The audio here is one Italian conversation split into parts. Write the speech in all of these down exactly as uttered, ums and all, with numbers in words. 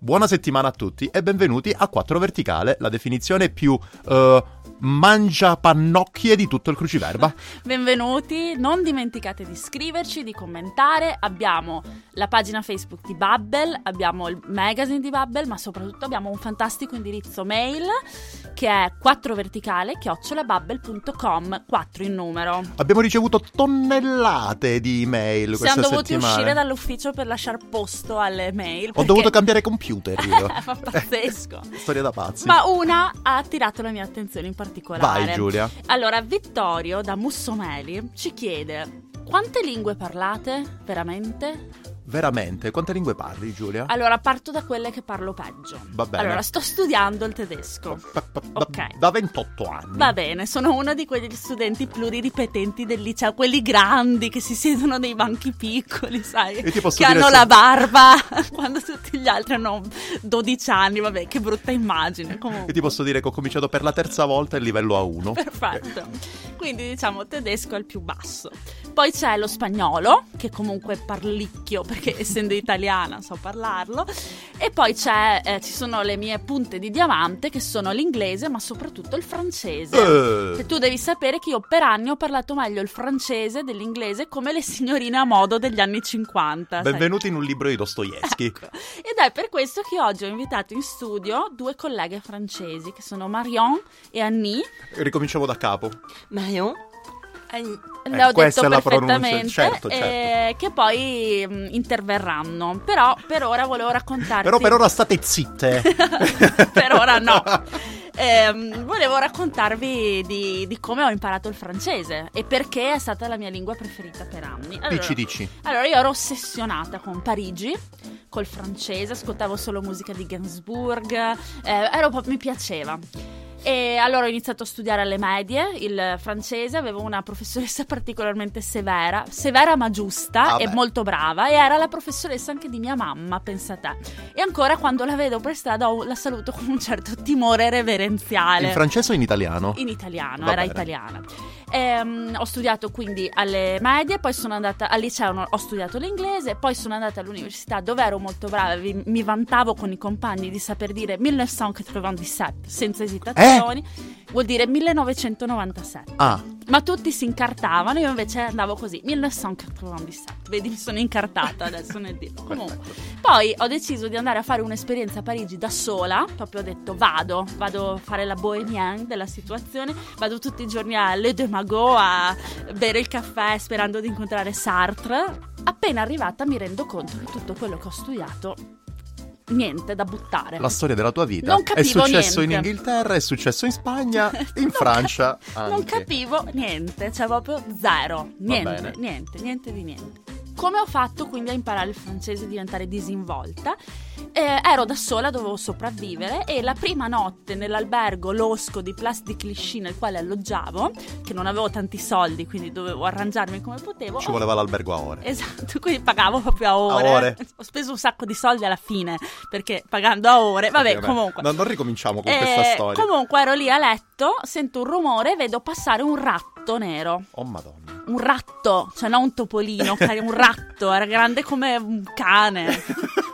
Buona settimana a tutti e benvenuti a Quattro Verticale, la definizione più uh, mangia pannocchie di tutto il cruciverba. Benvenuti, non dimenticate di iscriverci, di commentare. Abbiamo la pagina Facebook di Babbel, abbiamo il magazine di Babbel, ma soprattutto abbiamo un fantastico indirizzo mail che è quattroverticale chiocciola babbel punto com, quattro in numero. Abbiamo ricevuto tonnellate di email questa settimana. Siamo dovuti uscire dall'ufficio per lasciare posto alle mail. Ho perché... dovuto cambiare computer io. Fa pazzesco. Storia da pazzi. Ma una ha attirato la mia attenzione in particolare. Vai Giulia. Allora, Vittorio da Mussomeli ci chiede: quante lingue parlate veramente? Veramente? Quante lingue parli, Giulia? Allora, parto da quelle che parlo peggio. Va bene. Allora, sto studiando il tedesco. Ok. Da ventotto anni. Va bene, sono uno di quegli studenti pluriripetenti del liceo, quelli grandi che si siedono nei banchi piccoli, sai? Io ti posso che dire hanno se... la barba quando tutti gli altri hanno dodici anni. Vabbè, che brutta immagine. Comunque. Io ti posso dire che ho cominciato per la terza volta il livello A uno. Perfetto. Quindi diciamo tedesco è il più basso. Poi c'è lo spagnolo, che comunque parlicchio, perché essendo italiana so parlarlo. E poi c'è, eh, ci sono le mie punte di diamante, che sono l'inglese, ma soprattutto il francese. Uh. E tu devi sapere che io per anni ho parlato meglio il francese dell'inglese, come le signorine a modo degli anni cinquanta. Benvenuti sai? in un libro di Dostoevsky. Ecco. Ed è per questo che oggi ho invitato in studio due colleghe francesi, che sono Marion e Annie. Ricominciamo da capo. Marion, Annie. Le Eh, ho questa detto è la perfettamente, pronuncia, certo, certo. eh, che poi mh, interverranno. Però per ora volevo raccontarti. Però per ora state zitte. Per ora no. Eh, volevo raccontarvi di, di come ho imparato il francese e perché è stata la mia lingua preferita per anni. Allora, Dici, dici. Allora, io ero ossessionata con Parigi, col francese, ascoltavo solo musica di Gainsbourg, eh, ero, mi piaceva. E allora ho iniziato a studiare alle medie il francese, avevo una professoressa particolarmente severa, severa ma giusta ah e beh. molto brava, e era la professoressa anche di mia mamma, pensa te. E ancora quando la vedo per strada ho, la saluto con un certo timore reverenziale. In francese o in italiano? In italiano, Va era bene. italiana. Ehm, ho studiato quindi alle medie, poi sono andata al liceo, no, ho studiato l'inglese, poi sono andata all'università dove ero molto brava, vi, mi vantavo con i compagni di saper dire millenovecentonovantasette senza esitazioni. Eh? Vuol dire millenovecentonovantasette. Ah. Ma tutti si incartavano, io invece andavo così, millenovecentonovantasette. Vedi, mi sono incartata adesso nel dirlo. Comunque, poi ho deciso di andare a fare un'esperienza a Parigi da sola, proprio ho detto vado, vado a fare la bohemienne della situazione, vado tutti i giorni a Le Deux Magots a bere il caffè sperando di incontrare Sartre. Appena arrivata mi rendo conto che tutto quello che ho studiato niente da buttare. La storia della tua vita. Non capivo È successo niente. in Inghilterra, è successo in Spagna, in Non Francia cap- anche. Non capivo niente, cioè proprio zero. Niente, bene. niente, niente di niente. Come ho fatto quindi a imparare il francese e diventare disinvolta? Eh, ero da sola, dovevo sopravvivere, e la prima notte nell'albergo losco di Place de Clichy nel quale alloggiavo, che non avevo tanti soldi quindi dovevo arrangiarmi come potevo. Ci voleva l'albergo a ore. Esatto, quindi pagavo proprio a ore. A ore. Ho speso un sacco di soldi alla fine, perché pagando a ore, vabbè, Vabbè, comunque. No, non ricominciamo con Eh, questa storia. Comunque ero lì a letto, sento un rumore e vedo passare un ratto nero. Oh madonna. Un ratto, cioè non un topolino, un ratto, era grande come un cane.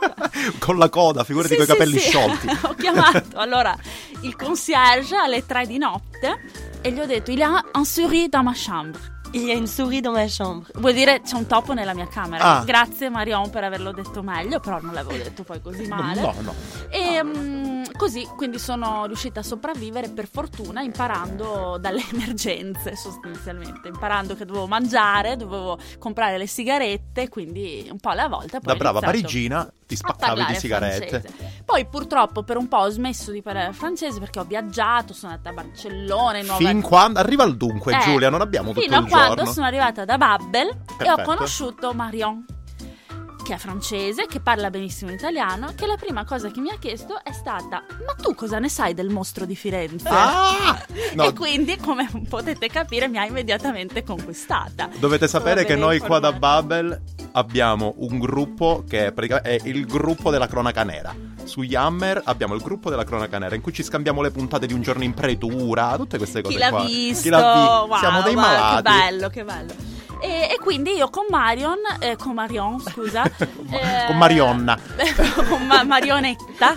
Con la coda, figurati Sì, con i sì, capelli sì. sciolti. Ho chiamato allora il concierge alle tre di notte e gli ho detto: il y a un souris dans ma chambre. Il y a une souris dans ma chambre. Vuol dire c'è un topo nella mia camera. Ah. Grazie Marion per averlo detto meglio, però non l'avevo detto poi così male. No, no. E mm, così quindi sono riuscita a sopravvivere, per fortuna, imparando dalle emergenze sostanzialmente, imparando che dovevo mangiare, dovevo comprare le sigarette, quindi un po' alla volta. Poi Da brava ho iniziato parigina ti a spaccavi di parlare sigarette. francese. Poi purtroppo per un po' ho smesso di parlare francese perché ho viaggiato, sono andata a Barcellona, in Nuova Fin quando arriva al dunque, Eh, Giulia, non abbiamo tutto fino a il quando giorno. sono arrivata da Babbel e ho Perfetto. conosciuto Marion, che è francese, che parla benissimo italiano, che la prima cosa che mi ha chiesto è stata: ma tu cosa ne sai del mostro di Firenze? Ah! No, E quindi, come potete capire, mi ha immediatamente conquistata. dovete sapere Come che ve noi ne qua da informate. Babbel abbiamo un gruppo che è, praticamente- è il gruppo della cronaca nera. Su Yammer abbiamo il gruppo della cronaca nera in cui ci scambiamo le puntate di Un giorno in pretura, tutte queste cose Chi l'ha qua. visto? Chi l'ha vi- Wow, Siamo dei guarda, malati. che bello, che bello. E, e quindi io con Marion, eh, con Marion, scusa, eh, con Marionna, con ma- Marionetta,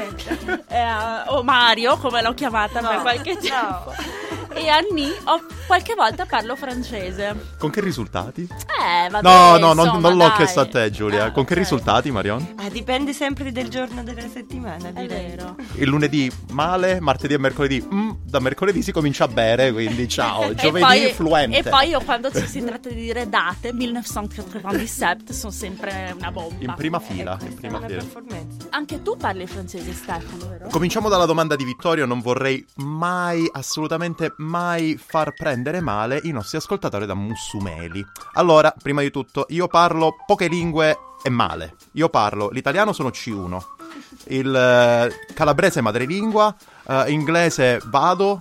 eh, o Mario, come l'ho chiamata No, per qualche tempo. no. E Annie, ho, qualche volta parlo francese. con che risultati? Eh, vabbè, No, no, non, insomma, non l'ho dai. chiesto a te, Giulia. Ah, con che ok. risultati, Marion? Ah, dipende sempre del giorno della settimana, È direi. vero. Il lunedì male, martedì e mercoledì mm, da mercoledì si comincia a bere, quindi ciao, giovedì e poi, fluente. E poi io quando ci si tratta di dire date, millenovecentonovantadiciassette, sono sempre una bomba. In prima fila, Eh, in questa prima è una fila. performance. Anche tu parli francese, Stefano, vero? Cominciamo dalla domanda di Vittorio, non vorrei mai, assolutamente mai far prendere male i nostri ascoltatori da mussumeli. Allora, prima di tutto, io parlo poche lingue e male. Io parlo l'italiano sono C uno, il eh, calabrese madrelingua, eh, inglese vado,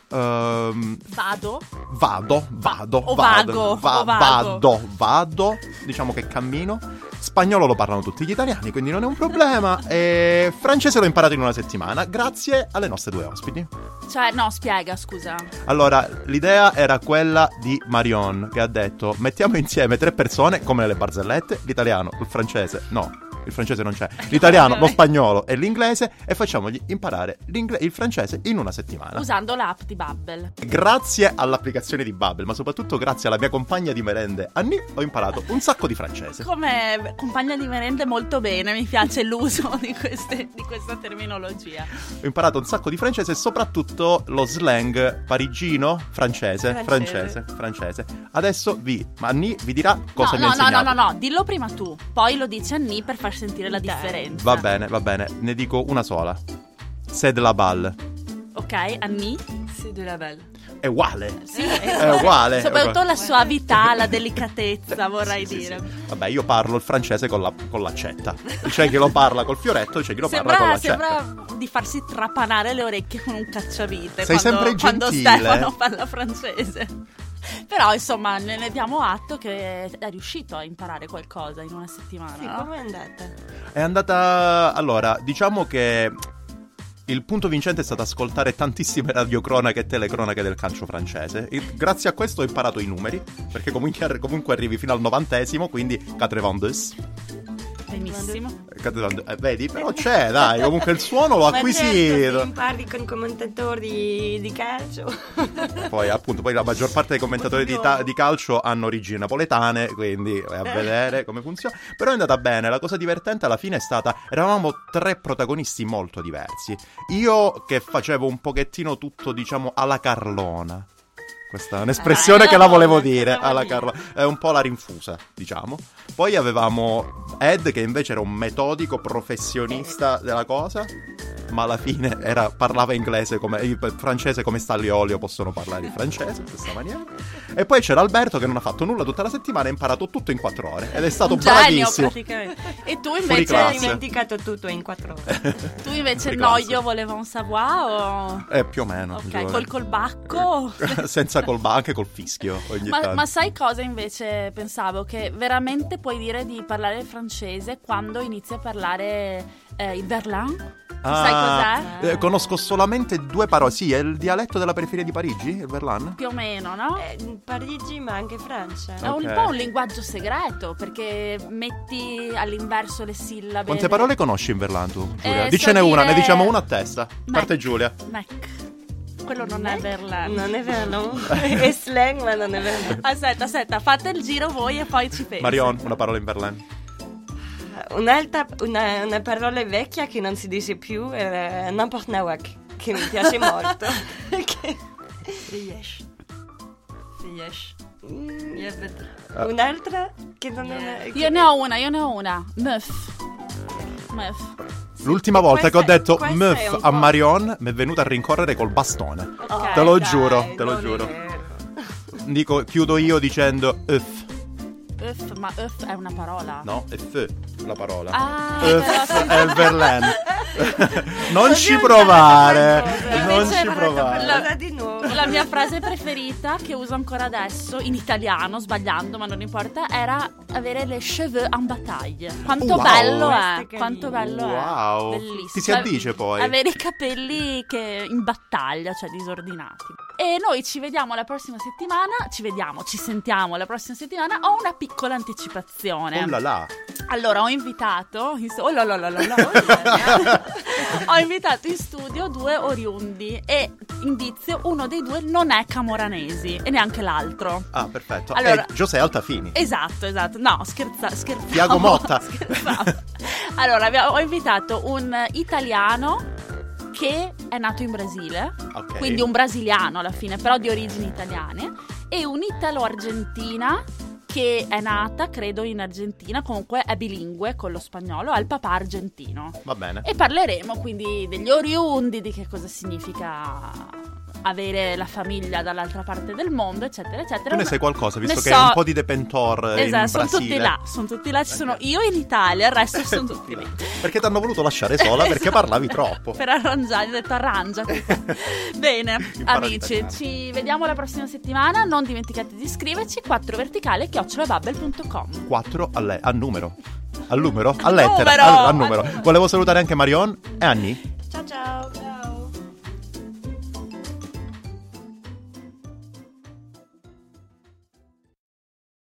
ehm, Vado. vado, vado, O vado, vago, va- o vago. vado, vado, diciamo che cammino. Spagnolo lo parlano tutti gli italiani, quindi non è un problema. E francese l'ho imparato in una settimana, grazie alle nostre due ospiti. Cioè, no, spiega, scusa. Allora, l'idea era quella di Marion, che ha detto: mettiamo insieme tre persone, come nelle barzellette, l'italiano, il francese, no, il francese non c'è, l'italiano, lo spagnolo e l'inglese, e facciamogli imparare l'ingle- il francese in una settimana. Usando l'app di Bubble. Grazie all'applicazione di Bubble, ma soprattutto grazie alla mia compagna di merende Annie, ho imparato un sacco di francese. Come compagna di merende molto bene, mi piace l'uso di, queste, di questa terminologia. Ho imparato un sacco di francese e soprattutto lo slang parigino, francese, francese, Francese. francese. Adesso vi, ma Annie vi dirà cosa no, mi ha no, no, insegnato. no, no, no, dillo prima tu, poi lo dici a Ni per far sentire la Dai. differenza. Va bene, va bene, ne dico una sola. C'est de la balle. Ok, Anni? C'est de la balle. È uguale. Sì, È uguale. Soprattutto la suavità, la delicatezza, vorrei Sì, sì, dire. sì. Vabbè, io parlo il francese con, la, con l'accetta. C'è chi lo parla col fioretto, c'è chi lo parla con Sembra, l'accetta. sembra di farsi trapanare le orecchie con un cacciavite Sei quando, sempre quando gentile. Stefano parla francese. Però insomma ne ne diamo atto che è riuscito a imparare qualcosa in una settimana, Sì, no? com'è andata? È andata... Allora, diciamo che il punto vincente è stato ascoltare tantissime radiocronache e telecronache del calcio francese. E grazie a questo ho imparato i numeri, perché comunque, comunque arrivi fino al novantesimo, quindi quarantadue. Benissimo. Eh, vedi? Però c'è, dai, comunque il suono l'ho Ma acquisito. certo, se impari con commentatori di calcio. Poi appunto, poi la maggior parte dei commentatori di, ta- di calcio hanno origini napoletane, quindi vai a vedere come funziona. Però è andata bene, la cosa divertente alla fine è stata, eravamo tre protagonisti molto diversi. Io che facevo un pochettino tutto, diciamo, alla Carlona. Questa è un'espressione Ah, che la volevo cosa dire, vuol alla dire? Carlona. È un po' la rinfusa, diciamo. Poi avevamo Ed, che invece era un metodico professionista della cosa, ma alla fine era, parlava inglese come il francese come Stanley Olio possono parlare il francese in questa maniera. E poi c'era Alberto che non ha fatto nulla tutta la settimana e ha imparato tutto in quattro ore ed è stato Un genio bravissimo. praticamente. E tu Fuori Ho invece, classe. dimenticato tutto in quattro ore. tu invece Fuori classe. Noio voleva un savoir o... Eh, più o meno. Ok, giuro. col colbacco? Senza colba, anche col fischio ogni Ma, tanto. ma sai cosa invece pensavo? Che veramente puoi dire di parlare il francese quando inizi a parlare eh, il verlan? Sai cos'è? eh, conosco solamente due parole. Sì, è il dialetto della periferia di Parigi, il verlan? Più o meno, no? Eh, Parigi, ma anche Francia. È un ok. po' un linguaggio segreto perché metti all'inverso le sillabe. Quante parole conosci in verlan tu, Giulia? Eh, Dicene so una, dire- ne diciamo una a testa. Mac. Parte Giulia. Mac. Quello non è verlan. Non è verlan. È slang, ma non è verlan. Aspetta, aspetta, fate il giro voi e poi ci pensi. Marion, una parola in verlan. Un'altra, una, una parola vecchia che non si dice più è n'importe nawak, che mi piace molto. Che- Riesci. Riesci. Mm, Je vet- Ah. Un'altra che non è... Io ne ho una, io ne ho una. Meuf. Meuf. L'ultima e volta che ho questa- detto questa è meuf un a po'- Marion mi è venuta a rincorrere col bastone. Ok, te lo dai, giuro, te lo non è giuro. vero. Dico, chiudo io dicendo euf. Euf, ma euf è una parola. No, è fe la parola. Ah, Euf però sì. è il verlan. Non Così ci ho provare. imparato qualcosa. Non Invece ci ho provare. Qualcosa di nuovo. La mia frase preferita, che uso ancora adesso, in italiano, sbagliando, ma non importa, era avere le cheveux en bataille. Quanto Wow. bello Questo è, è quanto Wow. bello è. Bellissimo. Ti si addice poi. Avere i capelli che in battaglia, cioè disordinati. E noi ci vediamo la prossima settimana. Ci vediamo, ci sentiamo la prossima settimana. Ho una piccola anticipazione. Oh là là. Allora, ho invitato in stu- oh là là là là là, oh là. Ho invitato in studio due oriundi e indizio, uno dei due non è camoranesi e neanche l'altro. Ah, perfetto. Allora, è Giuseppe Altafini. Esatto, esatto. No, scherza, scherzavo. Tiago Motta. Scherzavo. Allora, abbiamo- ho invitato un italiano che è nato in Brasile, Ok. quindi un brasiliano alla fine, però di origini italiane, e un'italo-argentina che è nata, credo, in Argentina, comunque è bilingue con lo spagnolo, ha il papà argentino. Va bene. E parleremo quindi degli oriundi, di che cosa significa avere la famiglia dall'altra parte del mondo, eccetera, eccetera. Tu ne sai qualcosa, visto Ne che so- è un po' di Depentor Esatto, in sono Brasile. tutti là, sono tutti là, ci sono io in Italia, il resto sono tutti lì. Perché ti hanno voluto lasciare sola perché Esatto. parlavi troppo. Per arrangiare, ho detto arrangiati. Bene, Impara amici, l'italiano. ci vediamo la prossima settimana. Non dimenticate di iscriverci. quattro verticale chiocciola bubble punto com. quattro alle- a numero. Al numero? A Al lettera. numero, Al, al al numero. numero. Volevo salutare anche Marion e Anni. Ciao ciao.